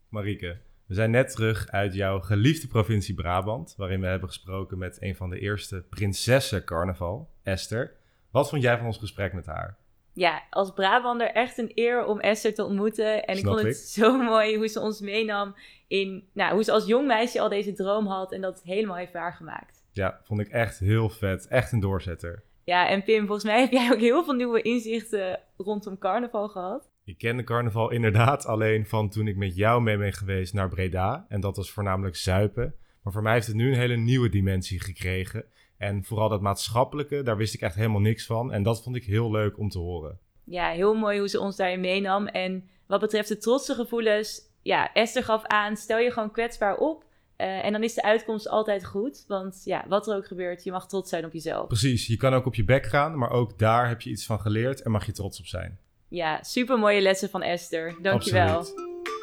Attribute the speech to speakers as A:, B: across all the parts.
A: Marieke, we zijn net terug uit jouw geliefde provincie Brabant, waarin we hebben gesproken met een van de eerste prinsessen carnaval, Esther. Wat vond jij van ons gesprek met haar?
B: Ja, als Brabander echt een eer om Esther te ontmoeten. En ik vond het zo mooi hoe ze ons meenam in hoe ze als jong meisje al deze droom had en dat helemaal heeft waargemaakt.
A: Ja, vond ik echt heel vet. Echt een doorzetter.
B: Ja, en Pim, volgens mij heb jij ook heel veel nieuwe inzichten rondom carnaval gehad.
A: Ik ken de carnaval inderdaad alleen van toen ik met jou mee ben geweest naar Breda. En dat was voornamelijk zuipen. Maar voor mij heeft het nu een hele nieuwe dimensie gekregen. En vooral dat maatschappelijke, daar wist ik echt helemaal niks van. En dat vond ik heel leuk om te horen.
B: Ja, heel mooi hoe ze ons daarin meenam. En wat betreft de trotse gevoelens, ja, Esther gaf aan, stel je gewoon kwetsbaar op. En dan is de uitkomst altijd goed. Want ja, wat er ook gebeurt, je mag trots zijn op jezelf.
A: Precies, je kan ook op je bek gaan, maar ook daar heb je iets van geleerd en mag je trots op zijn.
B: Ja, super mooie lessen van Esther. Dankjewel.
A: Absoluut.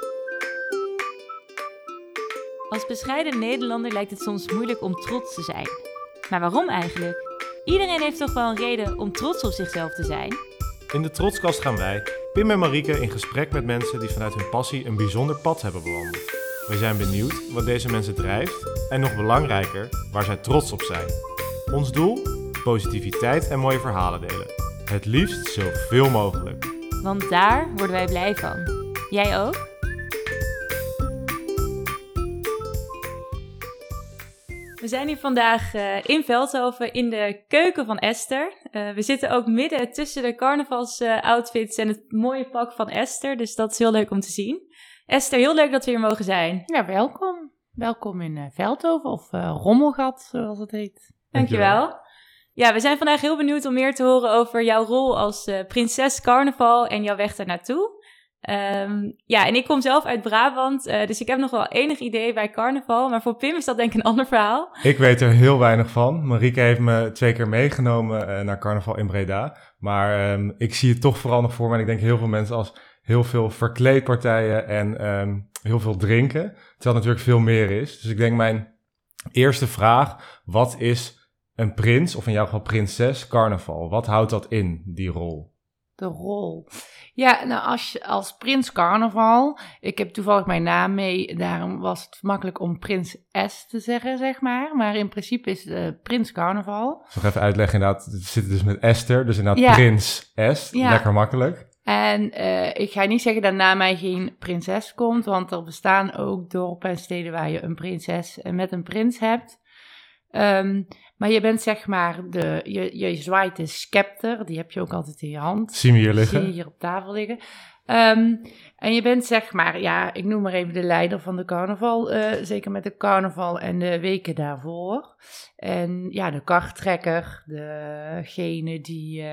B: Als bescheiden Nederlander lijkt het soms moeilijk om trots te zijn. Maar waarom eigenlijk? Iedereen heeft toch wel een reden om trots op zichzelf te zijn?
A: In de Trotskast gaan wij, Pim en Marieke, in gesprek met mensen die vanuit hun passie een bijzonder pad hebben bewandeld. We zijn benieuwd wat deze mensen drijft en nog belangrijker, waar zij trots op zijn. Ons doel? Positiviteit en mooie verhalen delen. Het liefst zoveel mogelijk.
B: Want daar worden wij blij van. Jij ook? We zijn hier vandaag in Veldhoven in de keuken van Esther. We zitten ook midden tussen de carnavalsoutfits en het mooie pak van Esther. Dus dat is heel leuk om te zien. Esther, heel leuk dat we hier mogen zijn.
C: Ja, welkom. Welkom in Veldhoven of Rommelgat, zoals het heet.
B: Dankjewel. Ja, we zijn vandaag heel benieuwd om meer te horen over jouw rol als prinses carnaval en jouw weg daar naartoe. En ik kom zelf uit Brabant, dus ik heb nog wel enig idee bij carnaval. Maar voor Pim is dat denk ik een ander verhaal.
A: Ik weet er heel weinig van. Marieke heeft me 2 keer meegenomen naar carnaval in Breda. Maar ik zie het toch vooral nog voor me. En ik denk heel veel mensen als heel veel verkleedpartijen en heel veel drinken. Terwijl het natuurlijk veel meer is. Dus ik denk mijn eerste vraag, wat is een prins, of in jouw geval prinses, carnaval? Wat houdt dat in, die rol?
C: De rol. Ja, nou als prins carnaval, ik heb toevallig mijn naam mee, daarom was het makkelijk om prins S te zeggen, zeg maar. Maar in principe is het prins carnaval.
A: Nog even uitleggen, inderdaad, het zit dus met Esther, dus inderdaad prins S, lekker makkelijk.
C: En ik ga niet zeggen dat na mij geen prinses komt, want er bestaan ook dorpen en steden waar je een prinses met een prins hebt. Maar je bent zeg maar, je zwaait de scepter, die heb je ook altijd in je hand.
A: Zien we hier liggen.
C: Zie je hier op tafel liggen. En je bent zeg maar, ja, ik noem maar even de leider van de carnaval, zeker met de carnaval en de weken daarvoor. En ja, de karttrekker, degene die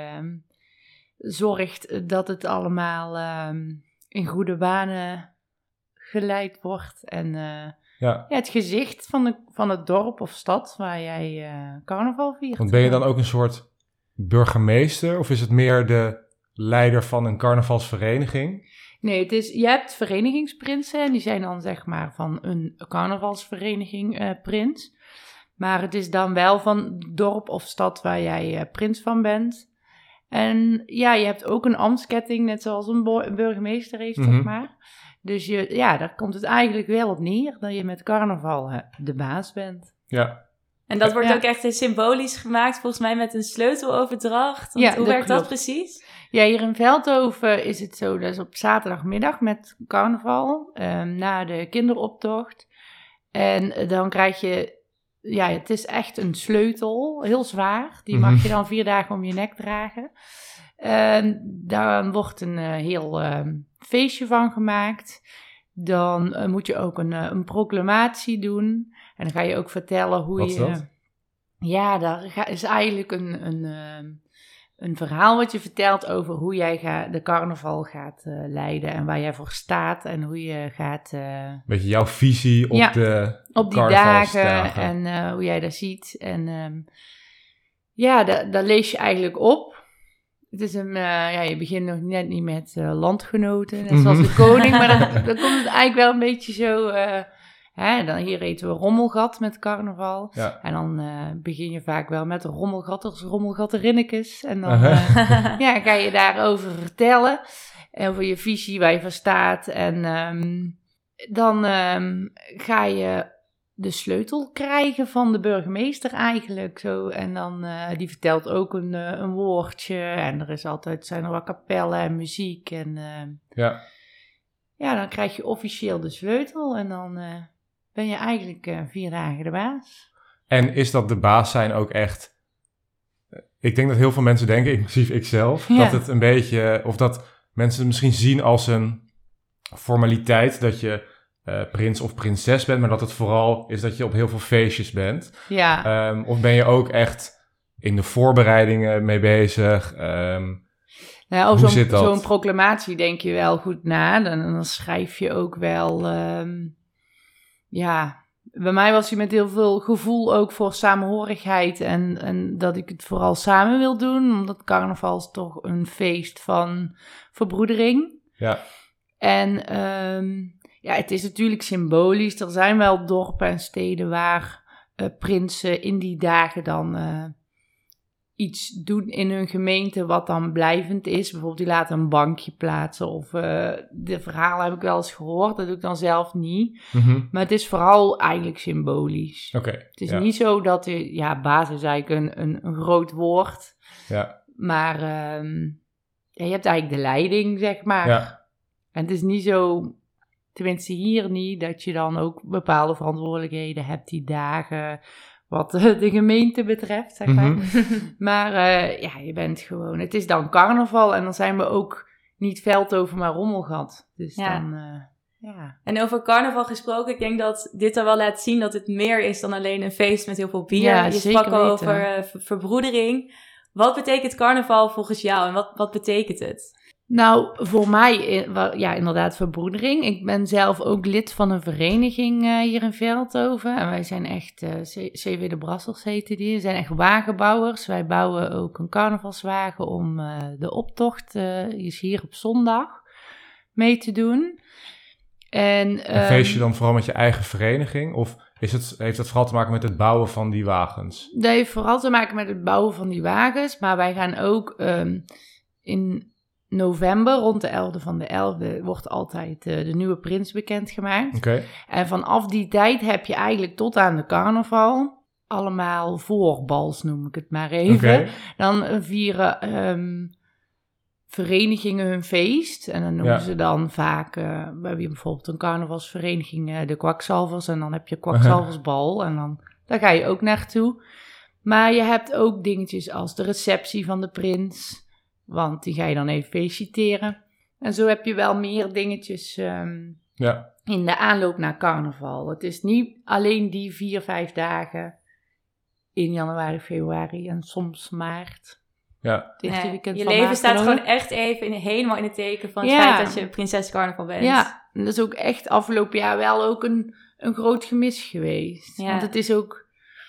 C: zorgt dat het allemaal in goede banen geleid wordt en het gezicht van het dorp of stad waar jij carnaval viert.
A: Want ben je dan ook een soort burgemeester of is het meer de leider van een carnavalsvereniging?
C: Nee, je hebt verenigingsprinsen en die zijn dan zeg maar van een carnavalsvereniging prins. Maar het is dan wel van dorp of stad waar jij prins van bent. En ja, je hebt ook een ambtsketting, net zoals een burgemeester heeft, zeg maar. Dus daar komt het eigenlijk wel op neer dat je met carnaval de baas bent.
A: Ja.
B: En dat wordt ook echt symbolisch gemaakt, volgens mij met een sleuteloverdracht. Hoe werkt dat precies?
C: Ja, hier in Veldhoven is het zo, dat is op zaterdagmiddag met carnaval, na de kinderoptocht. En dan krijg je, het is echt een sleutel, heel zwaar. Die mag je dan 4 dagen om je nek dragen. Daar wordt een heel feestje van gemaakt. Dan moet je ook een proclamatie doen. En dan ga je ook vertellen hoe
A: Wat is dat?
C: Ja, daar is eigenlijk een verhaal wat je vertelt over hoe jij de carnaval gaat leiden. En waar jij voor staat en hoe je gaat...
A: Beetje jouw visie op
C: die dagen en hoe jij dat ziet. En daar lees je eigenlijk op. Het is je begint nog net niet met landgenoten, net zoals de koning, maar dan komt het eigenlijk wel een beetje zo... dan hier eten we rommelgat met carnaval. Ja. En dan begin je vaak wel met rommelgatters, rommelgatterinnekes. En dan ga je daarover vertellen. Over je visie, waar je voor staat. En dan ga je de sleutel krijgen van de burgemeester eigenlijk. Zo. En dan, die vertelt ook een woordje. En zijn er wat kapellen en muziek. En dan krijg je officieel de sleutel. En dan ben je eigenlijk 4 dagen de baas.
A: En is dat de baas zijn ook echt... Ik denk dat heel veel mensen denken, inclusief ikzelf... dat het een beetje... of dat mensen het misschien zien als een formaliteit... dat je prins of prinses bent... maar dat het vooral is dat je op heel veel feestjes bent.
C: Ja.
A: Of ben je ook echt in de voorbereidingen mee bezig? Hoe zit dat?
C: Zo'n proclamatie denk je wel goed na. Dan schrijf je ook wel... Bij mij was hij met heel veel gevoel ook voor samenhorigheid en dat ik het vooral samen wil doen. Omdat carnaval is toch een feest van verbroedering.
A: Ja.
C: En het is natuurlijk symbolisch. Er zijn wel dorpen en steden waar prinsen in die dagen dan iets doen in hun gemeente wat dan blijvend is. Bijvoorbeeld die laten een bankje plaatsen of de verhalen heb ik wel eens gehoord. Dat doe ik dan zelf niet.
A: Mm-hmm.
C: Maar het is vooral eigenlijk symbolisch.
A: Oké.
C: Het is niet zo dat baas is eigenlijk een groot woord.
A: Ja.
C: Maar je hebt eigenlijk de leiding, zeg maar.
A: Ja.
C: En het is niet zo, tenminste hier niet, dat je dan ook bepaalde verantwoordelijkheden hebt die dagen... Wat de gemeente betreft, zeg maar.
A: Mm-hmm.
C: Maar je bent gewoon... Het is dan carnaval en dan zijn we ook niet Veldhoven, maar Rommelgat. Dus dan,
B: En over carnaval gesproken, ik denk dat dit er wel laat zien dat het meer is dan alleen een feest met heel veel bier.
C: Ja,
B: je
C: zeker
B: sprak al
C: weten.
B: over verbroedering. Wat betekent carnaval volgens jou en wat betekent het?
C: Nou, voor mij, inderdaad verbroedering. Ik ben zelf ook lid van een vereniging hier in Veldhoven. En wij zijn echt, CW de Brassers heten die. We zijn echt wagenbouwers. Wij bouwen ook een carnavalswagen om de optocht, is hier op zondag, mee te doen. En
A: feest je dan vooral met je eigen vereniging? Of heeft het vooral te maken met het bouwen van die wagens?
C: Dat heeft vooral te maken met het bouwen van die wagens. Maar wij gaan ook in november, rond de 11e van de 11e, wordt altijd de nieuwe prins bekendgemaakt.
A: Okay.
C: En vanaf die tijd heb je eigenlijk tot aan de carnaval allemaal voorbals, noem ik het maar even.
A: Okay.
C: Dan vieren verenigingen hun feest. En dan noemen ze dan vaak, we hebben hier bijvoorbeeld een carnavalsvereniging, de kwakzalvers. En dan heb je kwakzalversbal en daar ga je ook naartoe. Maar je hebt ook dingetjes als de receptie van de prins... Want die ga je dan even feliciteren. En zo heb je wel meer dingetjes in de aanloop naar carnaval. Het is niet alleen die 4-5 dagen in januari, februari en soms maart.
A: Ja.
B: Je leven staat gewoon echt even helemaal in het teken van het feit dat je prinses carnaval bent.
C: Ja, en dat is ook echt afgelopen jaar wel ook een groot gemis geweest. Ja. Want het is ook...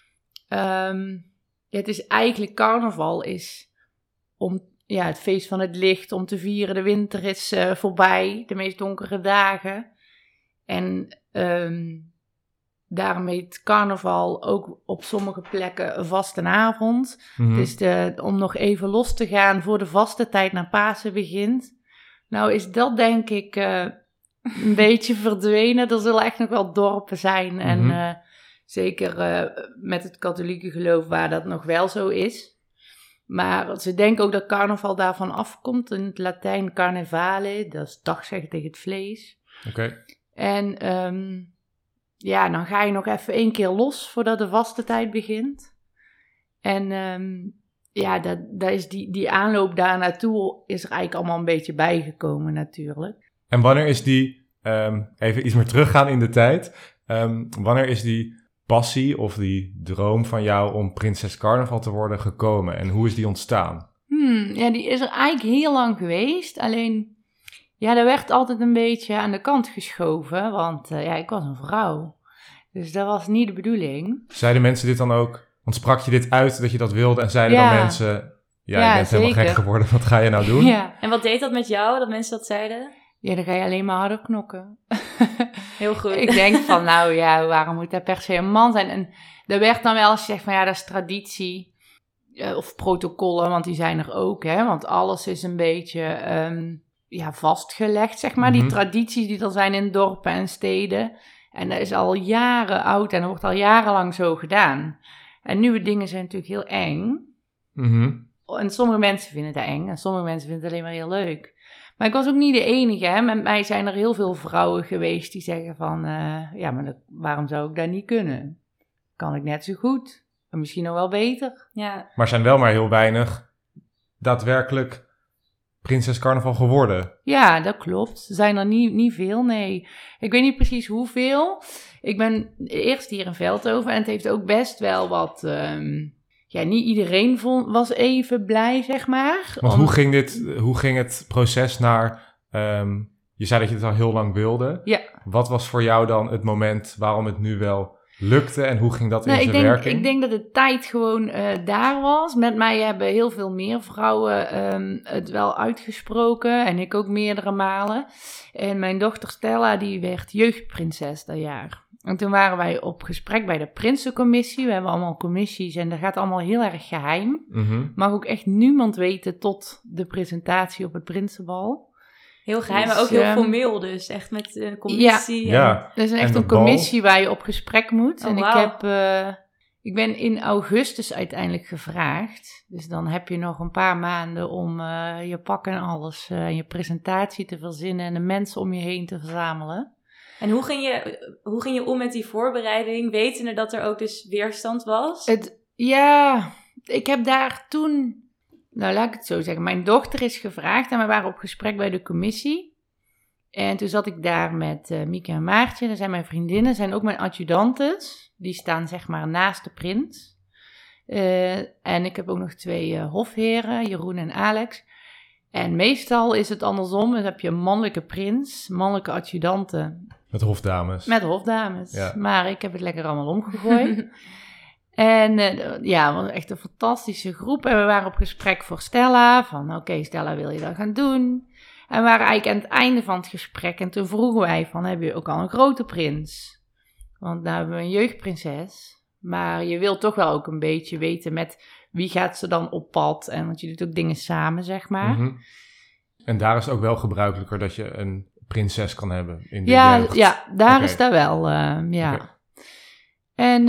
C: het is eigenlijk carnaval is om... Ja, het feest van het licht, om te vieren. De winter is voorbij, de meest donkere dagen. En daarom heet carnaval ook op sommige plekken een vastenavond.
A: Mm-hmm.
C: Dus om nog even los te gaan voor de vaste tijd naar Pasen begint. Nou is dat denk ik een beetje verdwenen. Er zullen echt nog wel dorpen zijn. Mm-hmm. En zeker met het katholieke geloof waar dat nog wel zo is. Maar ze denken ook dat carnaval daarvan afkomt. In het Latijn carnevale, dat is dag zeggen tegen het vlees.
A: Oké.
C: En dan ga je nog even 1 keer los voordat de vaste tijd begint. En dat is die aanloop daar naartoe is er eigenlijk allemaal een beetje bijgekomen natuurlijk.
A: En wanneer is die, even iets meer teruggaan in de tijd, wanneer is die passie of die droom van jou om prinses carnaval te worden gekomen? En hoe is die ontstaan?
C: Die is er eigenlijk heel lang geweest. Alleen, dat werd altijd een beetje aan de kant geschoven. Want ik was een vrouw. Dus dat was niet de bedoeling.
A: Zeiden mensen dit dan ook? Want sprak je dit uit dat je dat wilde? En zeiden dan mensen, je bent
C: zeker.
A: helemaal gek geworden. Wat ga je nou doen?
C: Ja.
B: En wat deed dat met jou, dat mensen dat zeiden?
C: Ja, dan ga je alleen maar harder knokken.
B: Heel goed.
C: Ik denk van, waarom moet dat per se een man zijn? En er werd dan wel eens gezegd van, dat is traditie. Of protocollen, want die zijn er ook, hè. Want alles is een beetje, vastgelegd, zeg maar. Die tradities die er zijn in dorpen en steden. En dat is al jaren oud en dat wordt al jarenlang zo gedaan. En nieuwe dingen zijn natuurlijk heel eng. En sommige mensen vinden het eng en sommige mensen vinden het alleen maar heel leuk. Maar ik was ook niet de enige. Hè. Met mij zijn er heel veel vrouwen geweest die zeggen van... maar waarom zou ik dat niet kunnen? Kan ik net zo goed. En misschien nog wel beter.
B: Ja.
A: Maar er zijn wel maar heel weinig daadwerkelijk prinses carnaval geworden.
C: Ja, dat klopt. Er zijn er niet veel, nee. Ik weet niet precies hoeveel. Ik ben eerst hier in Veldhoven en het heeft ook best wel wat... niet iedereen was even blij, zeg maar.
A: Want hoe ging het proces naar... je zei dat je het al heel lang wilde.
C: Ja.
A: Wat was voor jou dan het moment waarom het nu wel lukte en hoe ging dat in zijn werking?
C: Ik denk dat de tijd gewoon daar was. Met mij hebben heel veel meer vrouwen het wel uitgesproken en ik ook meerdere malen. En mijn dochter Stella, die werd jeugdprinses dat jaar. En toen waren wij op gesprek bij de Prinsencommissie. We hebben allemaal commissies en dat gaat allemaal heel erg geheim. Mag ook echt niemand weten tot de presentatie op het Prinsenbal.
B: Heel geheim,
C: Dus,
B: maar ook heel formeel dus. Echt met een commissie.
A: Ja.
C: Dat is echt een commissie waar je op gesprek moet.
B: Oh,
C: en
B: wow.
C: ik ben in augustus uiteindelijk gevraagd. Dus dan heb je nog een paar maanden om je pak en alles en je presentatie te verzinnen en de mensen om je heen te verzamelen.
B: En hoe ging je om met die voorbereiding, wetende dat er ook dus weerstand was?
C: Ik heb daar toen... Nou, laat ik het zo zeggen. Mijn dochter is gevraagd en we waren op gesprek bij de commissie. En toen zat ik daar met Mieke en Maartje. Dat zijn mijn vriendinnen, zijn ook mijn adjudantes. Die staan zeg maar naast de prins. En ik heb ook nog 2 hofheren, Jeroen en Alex. En meestal is het andersom. Dan heb je een mannelijke prins, mannelijke adjudanten.
A: Met hofdames.
C: Met hofdames.
A: Ja.
C: Maar ik heb het lekker allemaal omgegooid. En het was echt een fantastische groep. En we waren op gesprek voor Stella. Van oké, Stella, wil je dat gaan doen? En we waren eigenlijk aan het einde van het gesprek. En toen vroegen wij van, heb je ook al een grote prins? Want nou hebben we een jeugdprinses. Maar je wilt toch wel ook een beetje weten met wie gaat ze dan op pad. En want je doet ook dingen samen, zeg maar.
A: En daar is het ook wel gebruikelijker dat je een prinses kan hebben in de jeugd.
C: Ja, daar is dat wel, ja.
A: Okay.
C: En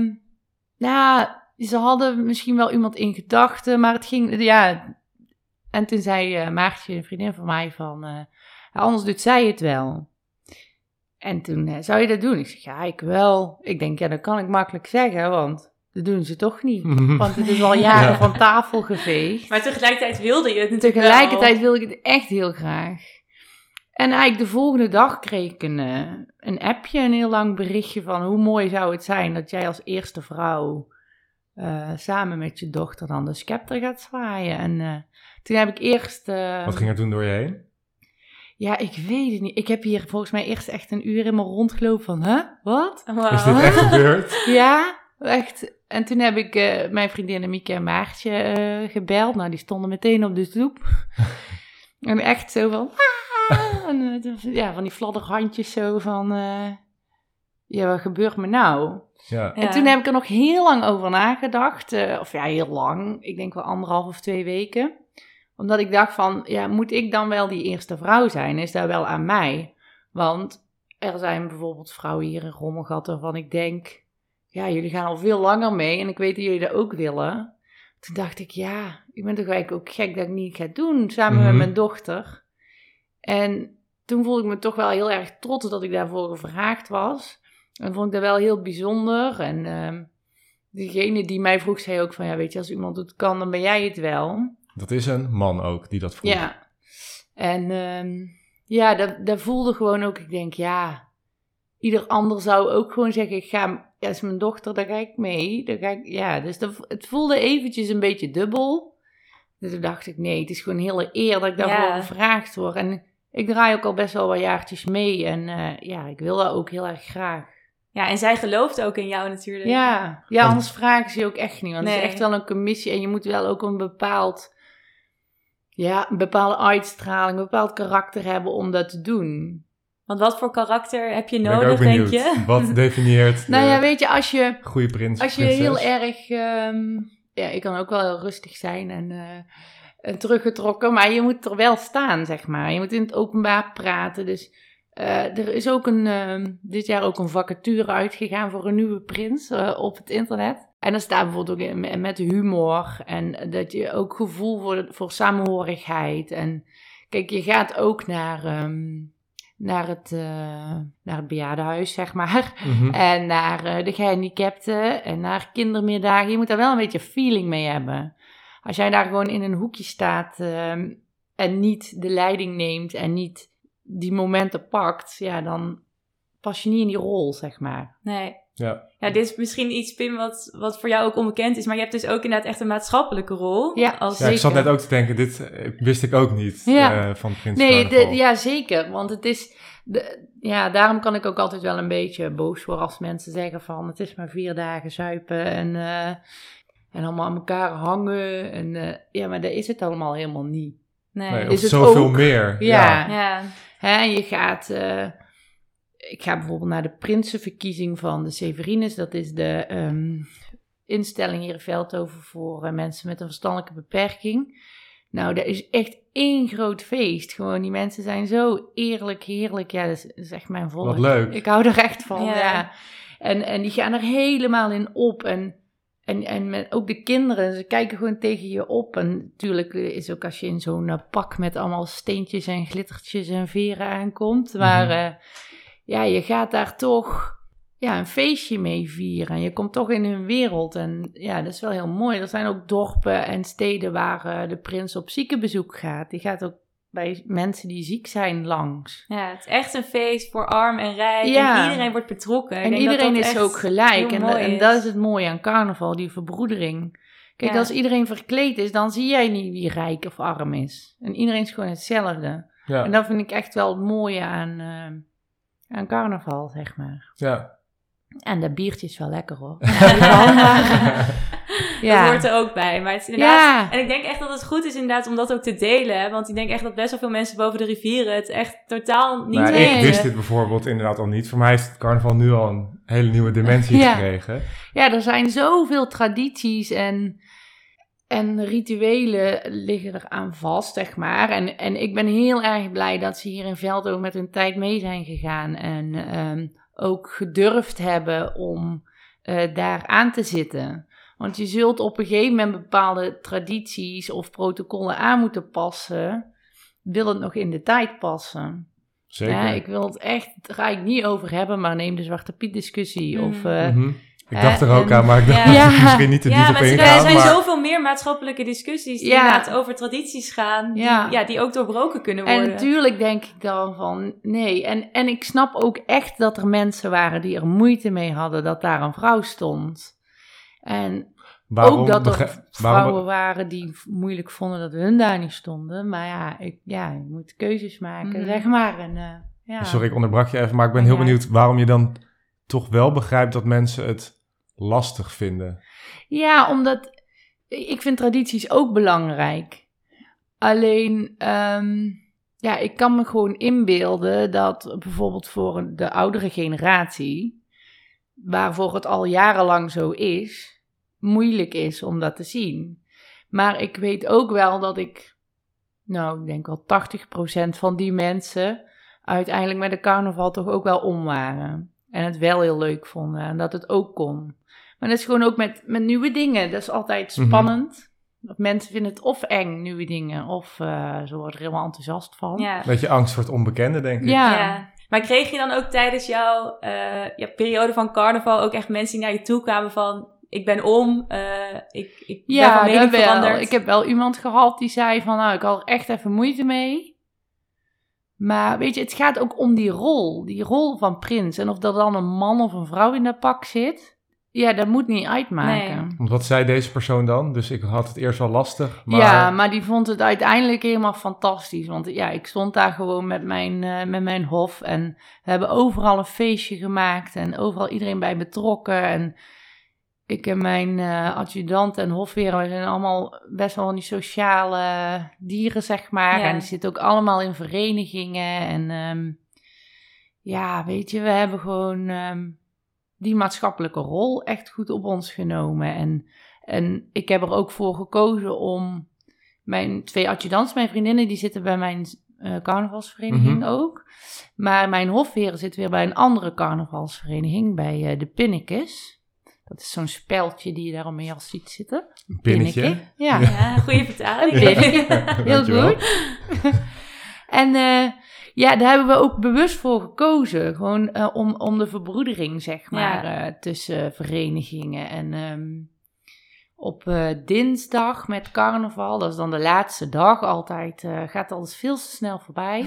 C: ze hadden misschien wel iemand in gedachten, maar het ging, En toen zei Maartje, een vriendin van mij, van, anders doet zij het wel. En toen, zou je dat doen? Ik zeg, ja, ik wel. Ik denk, dat kan ik makkelijk zeggen, want dat doen ze toch niet. Want het is al jaren van tafel geveegd.
B: Maar tegelijkertijd wilde je het natuurlijk
C: Tegelijkertijd wilde ik het echt heel graag. En eigenlijk de volgende dag kreeg ik een appje, een heel lang berichtje van hoe mooi zou het zijn dat jij als eerste vrouw samen met je dochter dan de scepter gaat zwaaien. En toen heb ik eerst...
A: Wat ging er toen door je heen?
C: Ja, ik weet het niet. Ik heb hier volgens mij eerst echt een uur in mijn rondgelopen van, wat?
B: Wow.
A: Is dit echt gebeurd?
C: Ja, echt. En toen heb ik mijn vriendinnen Mieke en Maartje gebeld. Nou, die stonden meteen op de stoep. En echt zo van... En, van die fladderhandjes zo van... wat gebeurt me nou?
A: Ja.
C: En toen heb ik er nog heel lang over nagedacht. Heel lang. Ik denk wel 1,5 of 2 weken. Omdat ik dacht van... moet ik dan wel die eerste vrouw zijn? Is dat wel aan mij? Want er zijn bijvoorbeeld vrouwen hier in Rommelgat waarvan ik denk... jullie gaan al veel langer mee. En ik weet dat jullie dat ook willen. Toen dacht ik, ik ben toch eigenlijk ook gek dat ik niet ga doen. Samen met mijn dochter. En toen voelde ik me toch wel heel erg trots dat ik daarvoor gevraagd was. En vond ik dat wel heel bijzonder. En diegene die mij vroeg, zei ook van... weet je, als iemand het kan, dan ben jij het wel.
A: Dat is een man ook die dat vroeg.
C: Ja. En dat voelde gewoon ook... Ik denk, ieder ander zou ook gewoon zeggen... ik ga, als mijn dochter, daar ga ik mee. Dus het voelde eventjes een beetje dubbel. Dus toen dacht ik, nee, het is gewoon een hele eer dat ik daarvoor gevraagd word. En ik draai ook al best wel wat jaartjes mee. En ik wil dat ook heel erg graag.
B: Ja, en zij gelooft ook in jou natuurlijk.
C: Ja, anders vragen ze je ook echt niet. Want het is echt wel een commissie. En je moet wel ook een bepaalde uitstraling, een bepaald karakter hebben om dat te doen.
B: Want wat voor karakter heb je
A: Ben ik
B: nodig,
A: ook benieuwd.
B: denk je?
A: Wat definieert
C: weet je, als je...
A: goede prins,
C: als je
A: prinses?
C: heel erg... ik kan ook wel heel rustig zijn. En teruggetrokken. Maar je moet er wel staan, zeg maar. Je moet in het openbaar praten. Dus er is ook dit jaar ook een vacature uitgegaan voor een nieuwe prins op het internet. En daar staat bijvoorbeeld ook met humor. En dat je ook gevoel voor samenhorigheid. En kijk, je gaat ook naar het bejaardenhuis, zeg maar.
A: Mhm.
C: En naar de gehandicapten en naar kindermiddagen. Je moet daar wel een beetje feeling mee hebben. Als jij daar gewoon in een hoekje staat en niet de leiding neemt en niet die momenten pakt, ja, dan pas je niet in die rol, zeg maar.
B: Nee.
A: Ja.
B: Ja, dit is misschien iets, Pim, wat voor jou ook onbekend is. Maar je hebt dus ook inderdaad echt een maatschappelijke rol.
C: Ja,
B: als
A: Ja, ik zat
C: zeker.
A: net ook te denken, dit wist ik ook niet van Prins
C: Nee,
A: Carnaval.
C: ja, zeker. Want het is... daarom kan ik ook altijd wel een beetje boos worden als mensen zeggen van... het is maar 4 dagen zuipen en allemaal aan elkaar hangen. En, maar dat is het allemaal helemaal niet.
A: Nee,
B: Nee.
A: of
C: is het
A: zoveel
C: ook-
A: meer.
C: Ja.
B: Ja.
C: Hè, en je gaat... ik ga bijvoorbeeld naar de Prinsenverkiezing van de Severinus. Dat is de instelling hier in Veldhoven voor mensen met een verstandelijke beperking. Nou, dat is echt één groot feest. Gewoon, die mensen zijn zo eerlijk, heerlijk. Ja, dat is echt mijn volk.
A: Wat leuk.
C: Ik hou er echt van,
B: Ja.
C: ja. En die gaan er helemaal in op. En met ook de kinderen, ze kijken gewoon tegen je op. En natuurlijk is ook als je in zo'n pak met allemaal steentjes en glittertjes en veren aankomt. Maar je gaat daar toch een feestje mee vieren. En je komt toch in hun wereld. En ja, dat is wel heel mooi. Er zijn ook dorpen en steden waar de prins op ziekenbezoek gaat. Die gaat ook bij mensen die ziek zijn langs.
B: Ja, het is echt een feest voor arm en rijk.
C: Ja.
B: En iedereen wordt betrokken. Ik
C: En
B: denk dat
C: iedereen
B: dat
C: is
B: echt
C: ook gelijk.
B: heel mooi
C: En
B: is.
C: dat is het mooie aan carnaval, die verbroedering. Kijk,
B: Ja.
C: als iedereen verkleed is, dan zie jij niet wie rijk of arm is. En iedereen is gewoon hetzelfde.
A: Ja.
C: En dat vind ik echt wel het mooie aan carnaval, zeg maar.
A: Ja.
C: En dat biertje is wel lekker, hoor. Ja.
B: Dat hoort er ook bij. Maar het is inderdaad...
C: Ja.
B: En ik denk echt dat het goed is inderdaad om dat ook te delen. Hè? Want ik denk echt dat best wel veel mensen boven de rivieren het echt totaal niet
A: Nou,
B: weten.
A: ik wist dit bijvoorbeeld inderdaad al niet. Voor mij heeft het carnaval nu al een hele nieuwe dimensie
C: Ja.
A: gekregen.
C: Ja, er zijn zoveel tradities en rituelen liggen er aan vast, zeg maar. En ik ben heel erg blij dat ze hier in Veldhoven met hun tijd mee zijn gegaan. En ook gedurfd hebben om daar aan te zitten. Want je zult op een gegeven moment bepaalde tradities of protocollen aan moeten passen. Wil het nog in de tijd passen?
A: Zeker.
C: Ja, ik wil het echt, daar ga ik niet over hebben, maar neem de Zwarte Piet discussie. Of,
A: Mhm. Ik dacht er ook
C: en-
A: aan, maar ik dacht
B: Ja.
A: dat ik misschien niet te diep
B: Ja,
A: op
B: maar er
A: ingaan.
B: zijn
A: Maar
B: zoveel meer maatschappelijke discussies die
C: Ja.
B: inderdaad over tradities gaan. Die ook doorbroken kunnen worden.
C: En natuurlijk denk ik dan van nee. En ik snap ook echt dat er mensen waren die er moeite mee hadden dat daar een vrouw stond. En
A: waarom
C: ook dat er
A: begrijp-
C: vrouwen waren die moeilijk vonden dat hun daar niet stonden. Maar je moet keuzes maken,
B: Mhm.
C: zeg maar. En,
A: Sorry, ik onderbrak je even, maar ik ben heel
C: Ja.
A: benieuwd waarom je dan toch wel begrijpt dat mensen het lastig vinden.
C: Ja, omdat ik vind tradities ook belangrijk. Alleen, ik kan me gewoon inbeelden dat bijvoorbeeld voor de oudere generatie, waarvoor het al jarenlang zo is, moeilijk is om dat te zien. Maar ik weet ook wel dat ik denk wel 80% van die mensen uiteindelijk met de carnaval toch ook wel om waren. En het wel heel leuk vonden en dat het ook kon. Maar dat is gewoon ook met nieuwe dingen. Dat is altijd spannend. Of mensen vinden het of eng, nieuwe dingen, of ze worden er helemaal enthousiast van.
B: Ja.
A: Beetje angst voor het onbekende, denk ik.
C: Ja.
B: Ja. Maar kreeg je dan ook tijdens jouw periode van carnaval ook echt mensen die naar je toe kwamen van... Ik ben om, ik ben van mening
C: dat wel.
B: veranderd.
C: Ik heb wel iemand gehad die zei van, ik had er echt even moeite mee. Maar weet je, het gaat ook om die rol van prins. En of er dan een man of een vrouw in dat pak zit, dat moet niet uitmaken.
B: Nee.
A: Want wat zei deze persoon dan? Dus ik had het eerst wel lastig, maar...
C: Ja, maar die vond het uiteindelijk helemaal fantastisch. Want ik stond daar gewoon met mijn hof. En we hebben overal een feestje gemaakt. En overal iedereen bij betrokken. En ik en mijn adjudant en hofheren, we zijn allemaal best wel die sociale dieren, zeg maar.
B: Ja.
C: En die zitten ook allemaal in verenigingen. En weet je, we hebben gewoon die maatschappelijke rol echt goed op ons genomen. En ik heb er ook voor gekozen om Mijn 2 adjudants, mijn vriendinnen, die zitten bij mijn carnavalsvereniging ook. Maar mijn hofheren zit weer bij een andere carnavalsvereniging, bij de Pinnekes. Dat is zo'n speldje die je daar om je als ziet zitten.
A: Een pinnetje.
C: Pinneke. Ja.
B: Ja, goede vertaling.
C: Heel
A: Dankjewel.
C: goed. En daar hebben we ook bewust voor gekozen. Gewoon om de verbroedering, zeg maar, tussen verenigingen. En op dinsdag met carnaval, dat is dan de laatste dag altijd, gaat alles veel te snel voorbij.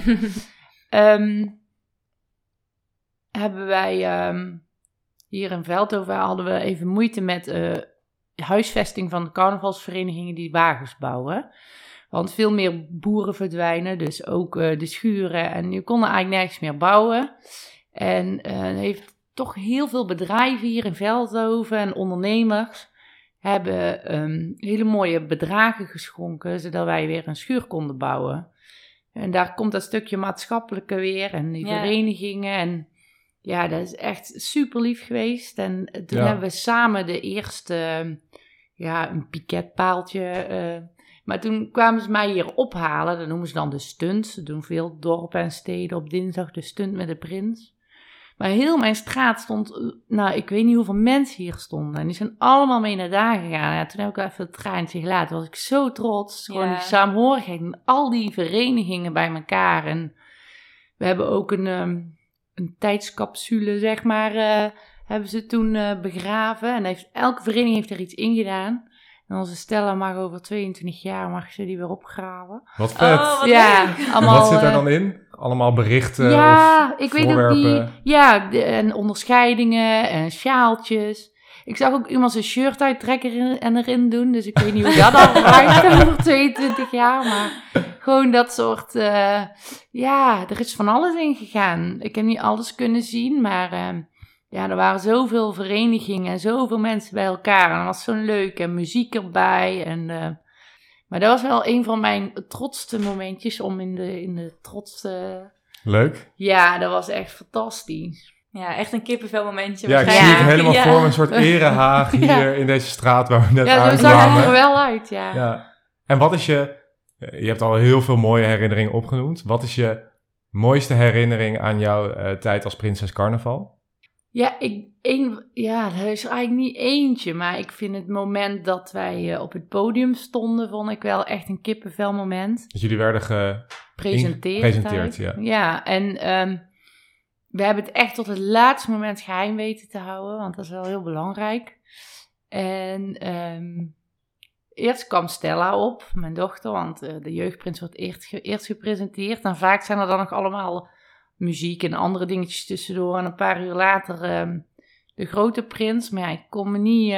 C: Hebben wij hier in Veldhoven hadden we even moeite met de huisvesting van de carnavalsverenigingen die wagens bouwen. Want veel meer boeren verdwijnen, dus ook de schuren. En je kon er eigenlijk nergens meer bouwen. En heeft toch heel veel bedrijven hier in Veldhoven en ondernemers hebben hele mooie bedragen geschonken, zodat wij weer een schuur konden bouwen. En daar komt dat stukje maatschappelijke weer en die verenigingen. En ja, dat is echt super lief geweest. En toen hebben we samen de eerste, een piketpaaltje. Maar toen kwamen ze mij hier ophalen. Dat noemen ze dan de stunt. Ze doen veel dorpen en steden op dinsdag de stunt met de prins. Maar heel mijn straat stond, ik weet niet hoeveel mensen hier stonden. En die zijn allemaal mee naar daar gegaan. Ja, toen heb ik wel even een traantje gelaten. Was ik zo trots. Gewoon die saamhorigheid en al die verenigingen bij elkaar. En we hebben ook een tijdscapsule, zeg maar, hebben ze toen begraven. En elke vereniging heeft er iets in gedaan. En onze Stella mag over 22 jaar, mag ze die weer opgraven.
A: Wat vet.
B: Wat
C: leuk. Allemaal,
A: wat zit er dan in? Allemaal berichten of
C: ik weet
A: voorwerpen?
C: ook en onderscheidingen en sjaaltjes. Ik zag ook iemand zijn shirt uittrekken en erin doen. Dus ik weet niet hoe dat al ruikt over 22 jaar. Maar gewoon dat soort, er is van alles in gegaan. Ik heb niet alles kunnen zien, maar er waren zoveel verenigingen en zoveel mensen bij elkaar. En dat was zo leuk en muziek erbij. Maar dat was wel een van mijn trotste momentjes om in de trots te...
A: Leuk.
C: Ja, dat was echt fantastisch.
B: Ja, echt een kippenvel momentje.
A: Ja, ik zie het helemaal voor me, een soort erehaag hier in deze straat waar we net aankwamen.
C: Ja, zo zag het er wel uit, ja.
A: En wat is je hebt al heel veel mooie herinneringen opgenoemd. Wat is je mooiste herinnering aan jouw tijd als prinses carnaval?
C: Ja, er is eigenlijk niet eentje, maar ik vind het moment dat wij op het podium stonden, vond ik wel echt een kippenvel moment.
A: Dus jullie werden gepresenteerd, ja.
C: Ja, en we hebben het echt tot het laatste moment geheim weten te houden, want dat is wel heel belangrijk. En eerst kwam Stella op, mijn dochter, want de jeugdprins wordt eerst gepresenteerd. En vaak zijn er dan nog allemaal muziek en andere dingetjes tussendoor. En een paar uur later de grote prins. Maar ik kon me niet...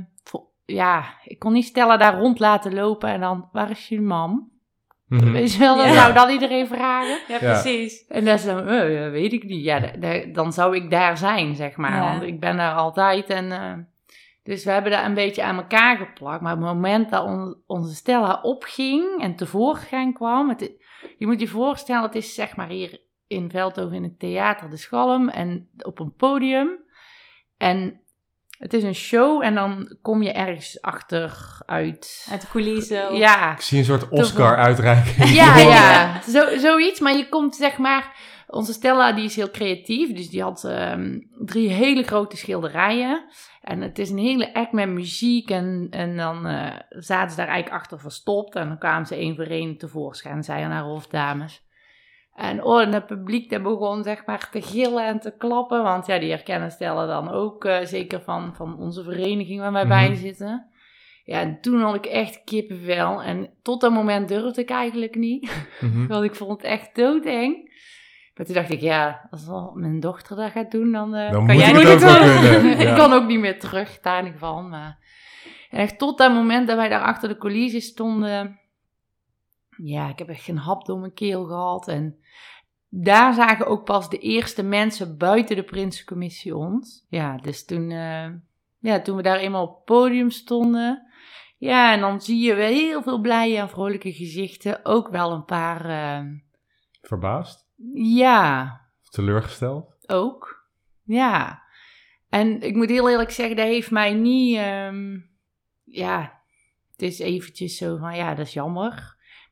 C: ik kon niet Stella daar rond laten lopen. En dan, waar is je mam? Mm-hmm. Weet je wel, dat zou dan iedereen vragen.
B: Ja, precies.
C: En dan zo, weet ik niet. Ja, dan zou ik daar zijn, zeg maar. Ja. Want ik ben daar altijd. En dus we hebben daar een beetje aan elkaar geplakt. Maar op het moment dat onze Stella opging en tevoorschijn kwam... je moet je voorstellen, het is zeg maar hier in Veldhoven in het theater De Schalm en op een podium. En het is een show en dan kom je ergens achteruit.
B: Uit de coulissen.
C: Ja.
A: Ik zie een soort Oscar-uitreiking.
C: Ja. Zoiets. Maar je komt zeg maar... Onze Stella die is heel creatief. Dus die had 3 hele grote schilderijen. En het is een hele act met muziek. En dan zaten ze daar eigenlijk achter verstopt. En dan kwamen ze één voor één tevoorschijn. Zeiden naar hofdames. En het publiek dat begon zeg maar te gillen en te klappen. Want ja, die herkennen Stella dan ook. Zeker van onze vereniging waar wij bij zitten. Ja, en toen had ik echt kippenvel. En tot dat moment durfde ik eigenlijk niet. Want ik vond het echt doodeng. Maar toen dacht ik, als mijn dochter dat gaat doen, dan
A: kan jij het ook wel kunnen.
C: Ik kan ook niet meer terug, daar niet van. Maar en echt tot dat moment dat wij daar achter de coulissen stonden... Ja, ik heb echt geen hap door mijn keel gehad. En daar zagen ook pas de eerste mensen buiten de Prinsencommissie ons. Ja, dus toen we daar eenmaal op het podium stonden... Ja, en dan zie je wel heel veel blije en vrolijke gezichten. Ook wel een paar...
A: Verbaasd?
C: Ja.
A: Teleurgesteld?
C: Ook. Ja. En ik moet heel eerlijk zeggen, dat heeft mij niet... het is eventjes zo van, dat is jammer.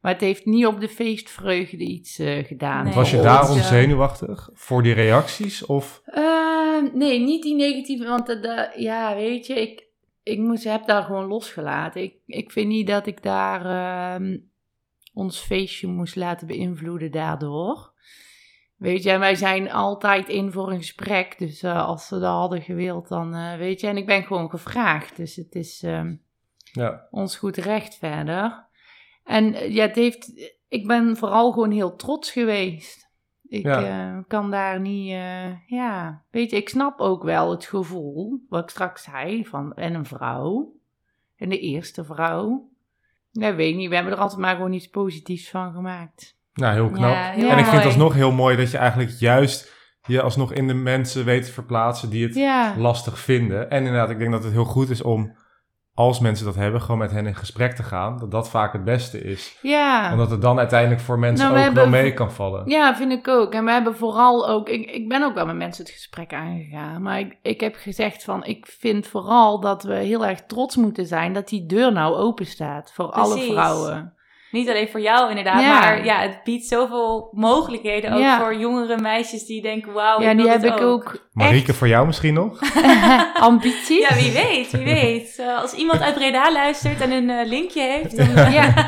C: Maar het heeft niet op de feestvreugde iets gedaan.
B: Nee.
A: Was je
C: Voor
A: daarom
C: ons,
A: zenuwachtig voor die reacties? Of?
C: nee, niet die negatieve, want weet je, ik heb daar gewoon losgelaten. Ik vind niet dat ik daar ons feestje moest laten beïnvloeden daardoor. Weet je, en wij zijn altijd in voor een gesprek, dus als ze dat hadden gewild, dan weet je, en ik ben gewoon gevraagd, dus het is ons goed recht verder. En ik ben vooral gewoon heel trots geweest. Ik kan daar niet, weet je, ik snap ook wel het gevoel, wat ik straks zei, en een vrouw, en de eerste vrouw. Ja, weet niet, we hebben er altijd maar gewoon iets positiefs van gemaakt.
A: Nou, heel knap.
B: Ja, heel
A: en ik vind het
B: mooi.
A: alsnog heel mooi dat je eigenlijk juist je alsnog in de mensen weet te verplaatsen die het lastig vinden. En inderdaad, ik denk dat het heel goed is om, als mensen dat hebben, gewoon met hen in gesprek te gaan. Dat vaak het beste is.
C: Ja.
A: Omdat het dan uiteindelijk voor mensen ook wel mee kan vallen.
C: Ja, vind ik ook. En we hebben vooral ook... Ik ben ook wel met mensen het gesprek aangegaan. Maar ik heb gezegd van... Ik vind vooral dat we heel erg trots moeten zijn... dat die deur nou open staat voor alle vrouwen.
B: Niet alleen voor jou inderdaad, maar het biedt zoveel mogelijkheden ook voor jongere meisjes die denken, wauw,
C: ja,
B: ik wil
C: die heb
B: dit
C: ik ook
A: Marieke, voor jou misschien nog?
C: ambitie.
B: Ja, wie weet. Als iemand uit Breda luistert en een linkje heeft, dan...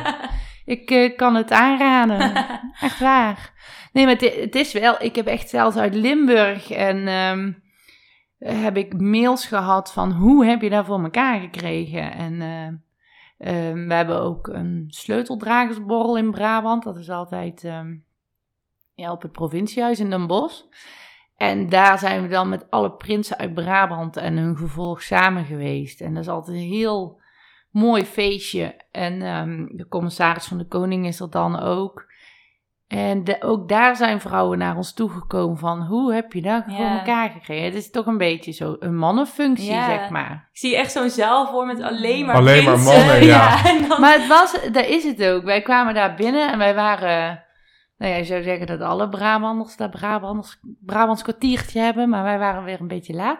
C: Ik kan het aanraden. Echt waar. Nee, maar het is wel... Ik heb echt zelfs uit Limburg en heb ik mails gehad van hoe heb je dat voor elkaar gekregen? En we hebben ook een sleuteldragersborrel in Brabant. Dat is altijd op het provinciehuis in Den Bosch. En daar zijn we dan met alle prinsen uit Brabant en hun gevolg samen geweest. En dat is altijd een heel mooi feestje. En de commissaris van de Koning is er dan ook. En ook daar zijn vrouwen naar ons toegekomen van... hoe heb je dat voor elkaar gekregen? Het is toch een beetje zo een mannenfunctie, zeg maar.
B: Ik zie echt zo'n zaal voor met alleen maar
A: prinsen. Maar mannen,
B: en dan...
C: Maar daar is het ook. Wij kwamen daar binnen en wij waren... je zou zeggen dat alle Brabanders dat Brabants kwartiertje hebben... maar wij waren weer een beetje laat.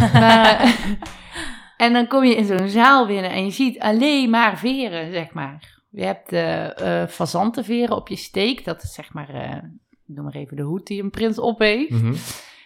C: En dan kom je in zo'n zaal binnen en je ziet alleen maar veren, zeg maar. Je hebt fazantenveren op je steek. Dat is zeg maar, noem maar even de hoed die een prins op heeft.
A: Mm-hmm.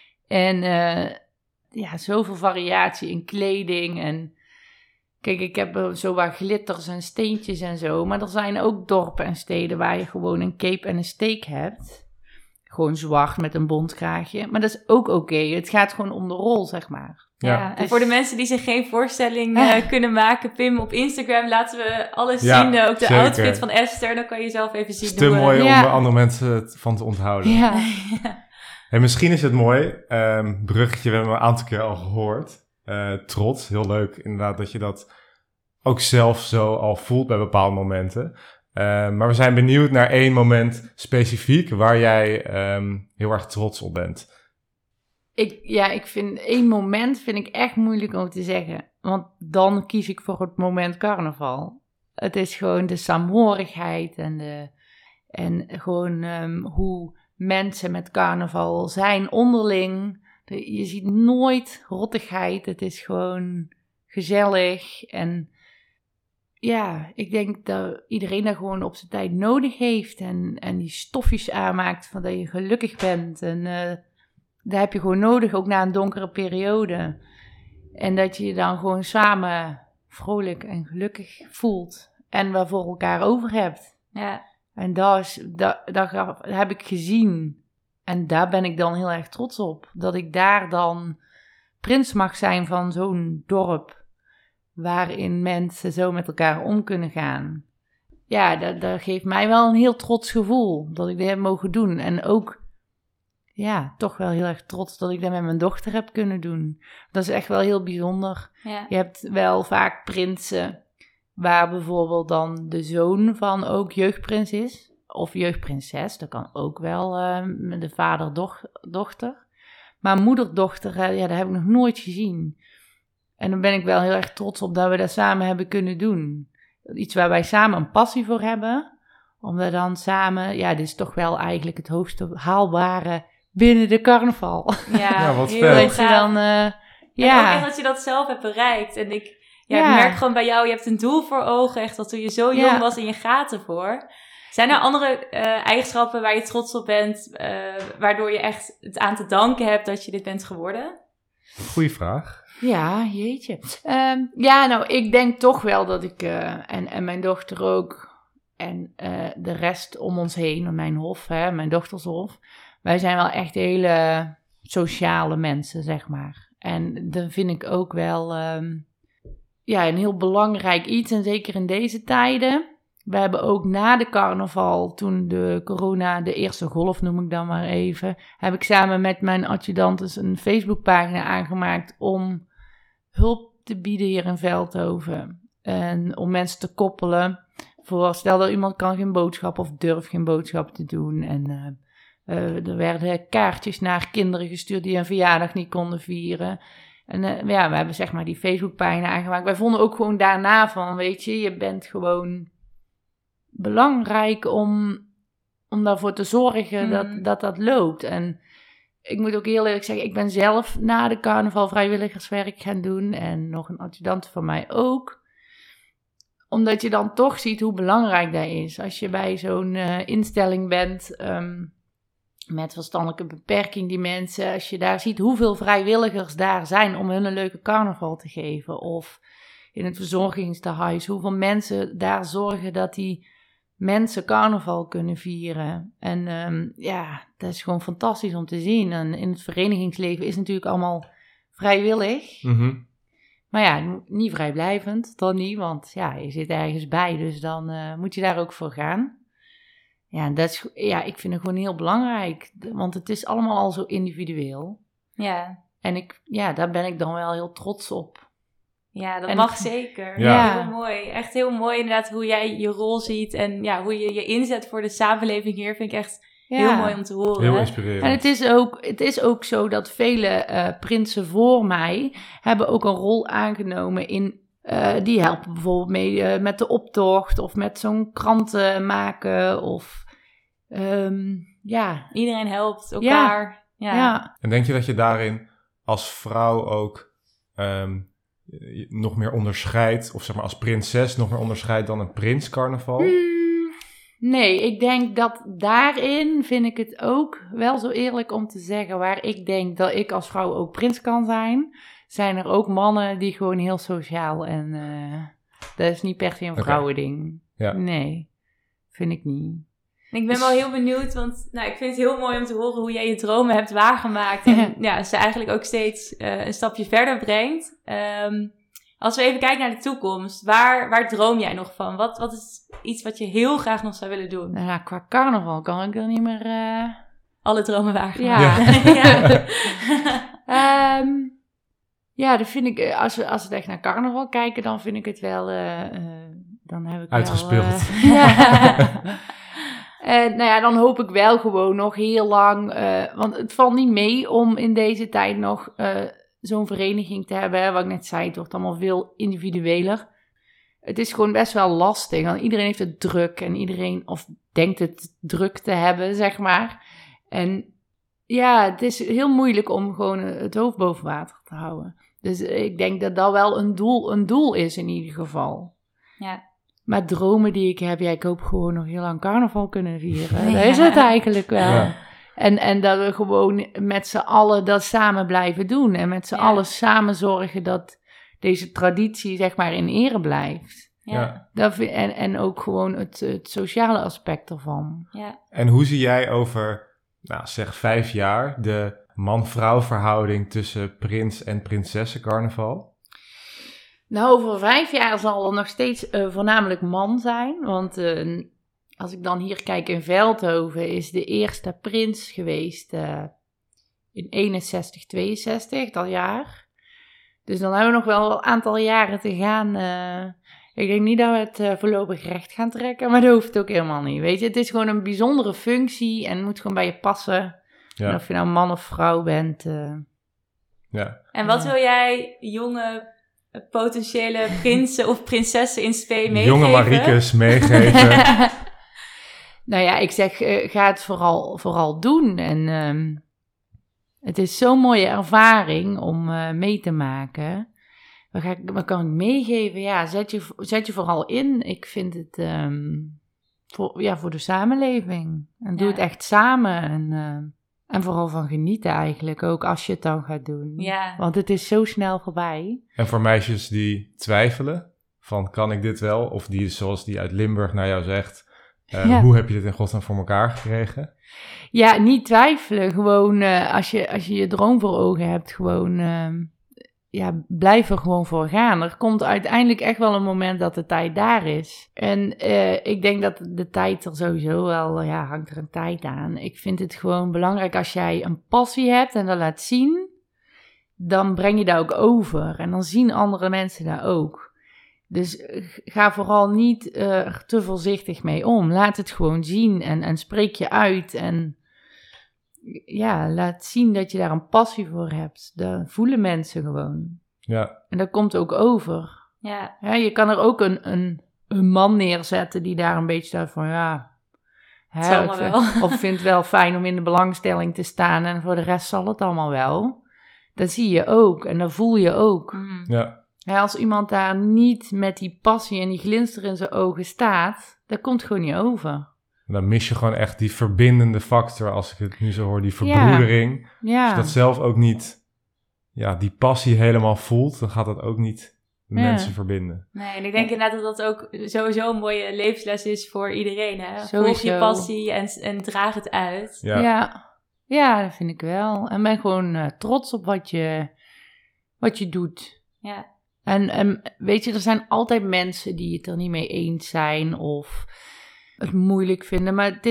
C: En zoveel variatie in kleding. En kijk, ik heb zo wat glitters en steentjes en zo. Maar er zijn ook dorpen en steden waar je gewoon een cape en een steek hebt. Gewoon zwart met een bontkraagje. Maar dat is ook oké. Het gaat gewoon om de rol, zeg maar.
B: Ja, en voor de mensen die zich geen voorstelling kunnen maken, Pim, op Instagram laten we alles zien. Ook de
A: zeker.
B: Outfit van Esther, dan kan je zelf even zien.
A: Het is te mooi om andere mensen van te onthouden.
C: Ja.
A: En misschien is het mooi, bruggetje, we hebben een aantal keer al gehoord. Trots, heel leuk inderdaad dat je dat ook zelf zo al voelt bij bepaalde momenten. Maar we zijn benieuwd naar één moment specifiek waar jij heel erg trots op bent.
C: Ik vind één moment echt moeilijk om te zeggen. Want dan kies ik voor het moment carnaval. Het is gewoon de saamhorigheid en gewoon hoe mensen met carnaval zijn onderling. Je ziet nooit rottigheid. Het is gewoon gezellig. En ja, ik denk dat iedereen dat gewoon op zijn tijd nodig heeft. En die stofjes aanmaakt van dat je gelukkig bent. En dat heb je gewoon nodig, ook na een donkere periode. En dat je je dan gewoon samen vrolijk en gelukkig voelt. En wat voor elkaar over hebt.
B: Ja.
C: En dat heb ik gezien. En daar ben ik dan heel erg trots op. Dat ik daar dan prins mag zijn van zo'n dorp. Waarin mensen zo met elkaar om kunnen gaan. Ja, dat geeft mij wel een heel trots gevoel. Dat ik dit heb mogen doen. En ook... ja, toch wel heel erg trots dat ik dat met mijn dochter heb kunnen doen. Dat is echt wel heel bijzonder.
B: Ja.
C: Je hebt wel vaak prinsen waar bijvoorbeeld dan de zoon van ook jeugdprins is. Of jeugdprinses, dat kan ook wel met de vader-dochter. Maar moeder-dochter, dat heb ik nog nooit gezien. En dan ben ik wel heel erg trots op dat we dat samen hebben kunnen doen. Iets waar wij samen een passie voor hebben. Omdat dan samen, dit is toch wel eigenlijk het hoogste haalbare... binnen de carnaval.
B: Ja,
A: wat
B: heel
A: vet.
B: gaaf.
C: Dan,
B: En ook echt dat je dat zelf hebt bereikt. En ik merk gewoon bij jou, je hebt een doel voor ogen. Echt dat toen je zo jong was en je gaat ervoor. Dus Zijn er andere eigenschappen waar je trots op bent, waardoor je echt het aan te danken hebt dat je dit bent geworden?
A: Goeie vraag.
C: Ja, jeetje. Nou, ik denk toch wel dat ik, en mijn dochter ook, en de rest om ons heen, mijn hof, mijn dochtershof, wij zijn wel echt hele sociale mensen, zeg maar. En dat vind ik ook wel een heel belangrijk iets, en zeker in deze tijden. We hebben ook na de carnaval, toen de corona, de eerste golf noem ik dan maar even, heb ik samen met mijn adjudantes een Facebookpagina aangemaakt om hulp te bieden hier in Veldhoven. En om mensen te koppelen. Stel dat iemand kan geen boodschap of durft geen boodschap te doen. En er werden kaartjes naar kinderen gestuurd die een verjaardag niet konden vieren. En we hebben zeg maar die Facebookpagina aangemaakt. Wij vonden ook gewoon daarna van, weet je bent gewoon belangrijk om daarvoor te zorgen dat loopt. En ik moet ook heel eerlijk zeggen, ik ben zelf na de carnaval vrijwilligerswerk gaan doen. En nog een adjudant van mij ook. Omdat je dan toch ziet hoe belangrijk dat is. Als je bij zo'n instelling bent met verstandelijke beperking, die mensen, als je daar ziet hoeveel vrijwilligers daar zijn om hun een leuke carnaval te geven. Of in het verzorgingstehuis, hoeveel mensen daar zorgen dat die mensen carnaval kunnen vieren. En dat is gewoon fantastisch om te zien. En in het verenigingsleven is natuurlijk allemaal vrijwillig.
A: Mm-hmm.
C: Maar ja, niet vrijblijvend, dan niet, want je zit ergens bij, dus dan moet je daar ook voor gaan. Ja, ik vind het gewoon heel belangrijk, want het is allemaal al zo individueel.
B: Ja.
C: En daar ben ik dan wel heel trots op.
B: Ja, dat mag zeker.
A: Ja.
B: Heel mooi. Echt heel mooi inderdaad hoe jij je rol ziet en hoe je je inzet voor de samenleving hier, vind ik echt heel mooi om te horen.
A: Heel inspirerend.
C: En het is ook zo dat vele prinsen voor mij hebben ook een rol aangenomen in, die helpen bijvoorbeeld mee met de optocht of met zo'n kranten maken of
B: Iedereen helpt elkaar. Ja.
A: En denk je dat je daarin als vrouw ook nog meer onderscheidt, of zeg maar als prinses nog meer onderscheidt dan een prinscarnaval?
C: Nee, ik denk dat daarin vind ik het ook wel zo eerlijk om te zeggen, waar ik denk dat ik als vrouw ook prins kan zijn er ook mannen die gewoon heel sociaal en dat is niet per se een vrouwending.
A: Ja.
C: Nee, vind ik niet.
B: Ik ben wel heel benieuwd, want ik vind het heel mooi om te horen hoe jij je dromen hebt waargemaakt. En ze eigenlijk ook steeds een stapje verder brengt. Als we even kijken naar de toekomst, waar droom jij nog van? Wat is iets wat je heel graag nog zou willen doen?
C: Nou, qua carnaval kan ik er niet meer...
B: Alle dromen waargemaakt.
C: Dat vind ik, als we echt naar carnaval kijken, dan vind ik het wel... dan heb ik
A: uitgespeeld.
C: Dan hoop ik wel gewoon nog heel lang... want het valt niet mee om in deze tijd nog zo'n vereniging te hebben. Wat ik net zei, het wordt allemaal veel individueler. Het is gewoon best wel lastig. Want iedereen heeft het druk en iedereen denkt het druk te hebben, zeg maar. En het is heel moeilijk om gewoon het hoofd boven water te houden. Dus ik denk dat dat wel een doel is in ieder geval.
B: Ja.
C: Maar dromen die ik heb, ik hoop gewoon nog heel lang carnaval kunnen vieren. Dat is het eigenlijk wel. Ja. En dat we gewoon met z'n allen dat samen blijven doen. En met z'n allen samen zorgen dat deze traditie, zeg maar, in ere blijft.
B: Ja.
C: En ook gewoon het sociale aspect ervan.
B: Ja.
A: En hoe zie jij over, 5 jaar, de man-vrouw verhouding tussen prins en prinsessencarnaval?
C: Nou, over 5 jaar zal er nog steeds voornamelijk man zijn. Want als ik dan hier kijk in Veldhoven, is de eerste prins geweest in 61, 62, dat jaar. Dus dan hebben we nog wel een aantal jaren te gaan. Ik denk niet dat we het voorlopig recht gaan trekken, maar dat hoeft ook helemaal niet. Weet je, het is gewoon een bijzondere functie en het moet gewoon bij je passen. Ja. En of je nou man of vrouw bent.
B: En wat wil jij jonge potentiële prinsen of prinsessen in spe meegeven?
A: Jonge Mariekes meegeven.
C: Ik zeg, ga het vooral doen. En het is zo'n mooie ervaring om mee te maken. Wat kan ik meegeven? Ja, zet je vooral in. Ik vind het voor de samenleving. En doe
B: Ja.
C: het echt samen. En vooral van genieten eigenlijk, ook als je het dan gaat doen.
B: Ja.
C: Want het is zo snel voorbij.
A: En voor meisjes die twijfelen van kan ik dit wel? Of die zoals die uit Limburg naar jou zegt,
C: Ja.
A: hoe heb je dit in godsnaam voor elkaar gekregen?
C: Ja, niet twijfelen. Gewoon als je je droom voor ogen hebt, gewoon blijf er gewoon voor gaan. Er komt uiteindelijk echt wel een moment dat de tijd daar is. En ik denk dat de tijd er sowieso wel, hangt er een tijd aan. Ik vind het gewoon belangrijk als jij een passie hebt en dat laat zien, dan breng je dat ook over. En dan zien andere mensen dat ook. Dus ga vooral niet er te voorzichtig mee om. Laat het gewoon zien en spreek je uit. En ja, laat zien dat je daar een passie voor hebt. Dat voelen mensen gewoon.
A: Ja,
C: En dat komt ook over.
B: Ja.
C: Ja, je kan er ook een man neerzetten die daar een beetje staat van
B: Het zal maar wel.
C: Of vindt het wel fijn om in de belangstelling te staan en voor de rest zal het allemaal wel. Dat zie je ook en dat voel je ook.
B: Mm.
A: ja,
C: Ja, als iemand daar niet met die passie en die glinster in zijn ogen staat, dat komt gewoon niet over.
A: En dan mis je gewoon echt die verbindende factor, als ik het nu zo hoor, die verbroedering. Als
C: Ja,
A: je dat zelf ook niet, die passie helemaal voelt, dan gaat dat ook niet de
C: Ja.
A: mensen verbinden.
B: Nee, en ik denk inderdaad dat dat ook sowieso een mooie levensles is voor iedereen. Hè? Volg
C: Sowieso.
B: je passie en draag het uit.
C: ja, dat vind ik wel. En ben gewoon trots op wat je doet.
B: Ja.
C: En weet je, er zijn altijd mensen die het er niet mee eens zijn of het moeilijk vinden. Maar het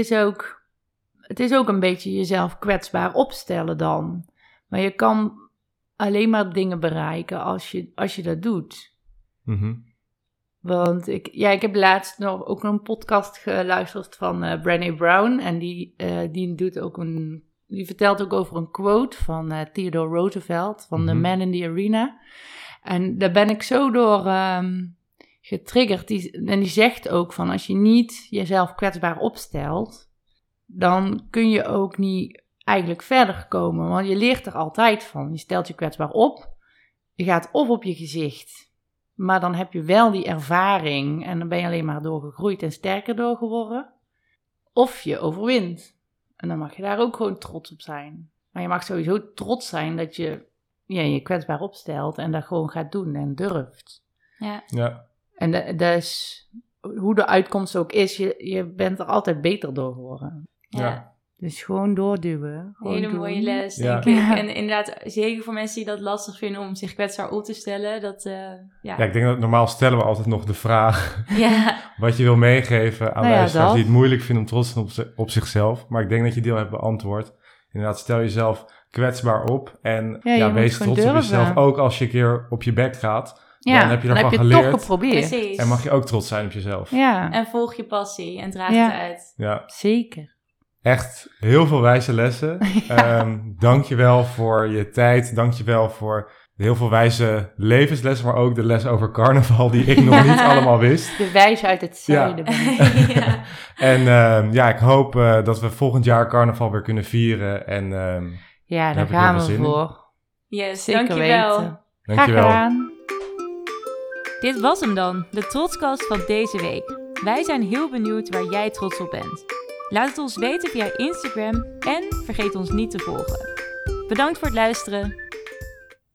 C: is ook een beetje jezelf kwetsbaar opstellen dan. Maar je kan alleen maar dingen bereiken als je dat doet.
A: Mhm.
C: Want ik heb laatst nog ook een podcast geluisterd van Brené Brown. En die doet ook die vertelt ook over een quote van Theodore Roosevelt van The Man in the Arena. En daar ben ik zo door getriggerd. Die zegt ook van als je niet jezelf kwetsbaar opstelt, dan kun je ook niet eigenlijk verder komen. Want je leert er altijd van. Je stelt je kwetsbaar op. Je gaat of op je gezicht. Maar dan heb je wel die ervaring en dan ben je alleen maar doorgegroeid en sterker door geworden. Of je overwint. En dan mag je daar ook gewoon trots op zijn. Maar je mag sowieso trots zijn dat je je kwetsbaar opstelt en dat gewoon gaat doen en durft.
B: Ja.
A: Ja,
C: En dat is hoe de uitkomst ook is, je bent er altijd beter door geworden.
A: ja.
C: Dus gewoon doorduwen. Gewoon
B: Hele
C: doen.
B: mooie les,
A: Ja.
B: denk ik. En inderdaad, zeker voor mensen die dat lastig vinden om zich kwetsbaar op te stellen.
A: Ja, ik denk dat normaal stellen we altijd nog de vraag
B: Ja.
A: wat je wil meegeven aan
C: Nou ja,
A: luisteraars
C: dat.
A: die het moeilijk vinden om trots te zijn op zichzelf. Maar ik denk dat je deel hebt beantwoord. Inderdaad, stel jezelf kwetsbaar op en
C: Ja, je moet
A: wees
C: gewoon
A: trots op
C: durven.
A: jezelf. Ook als je een keer op je bek gaat,
C: Ja,
A: dan heb je ervan
C: het
A: geleerd.
C: toch geprobeerd.
B: Precies.
A: En mag je ook trots zijn op jezelf.
C: Ja,
B: En volg je passie en draag
C: Ja.
B: het uit.
A: Ja,
C: zeker.
A: echt heel veel wijze lessen. Dank je wel voor je tijd. Dank je wel voor de heel veel wijze levenslessen, maar ook de les over carnaval die ik nog niet allemaal wist.
C: De wijze uit het zuiden.
B: Ja.
A: En ik hoop dat we volgend jaar carnaval weer kunnen vieren. En
C: Ja, daar
A: heb ik heel
C: gaan
A: veel
C: we
A: zin in.
C: voor.
B: Yes,
C: Zeker
B: dankjewel.
C: weten. Graag
A: dankjewel.
C: gedaan.
B: Dit was hem dan, de Trotscast van deze week. Wij zijn heel benieuwd waar jij trots op bent. Laat het ons weten via Instagram en vergeet ons niet te volgen. Bedankt voor het luisteren.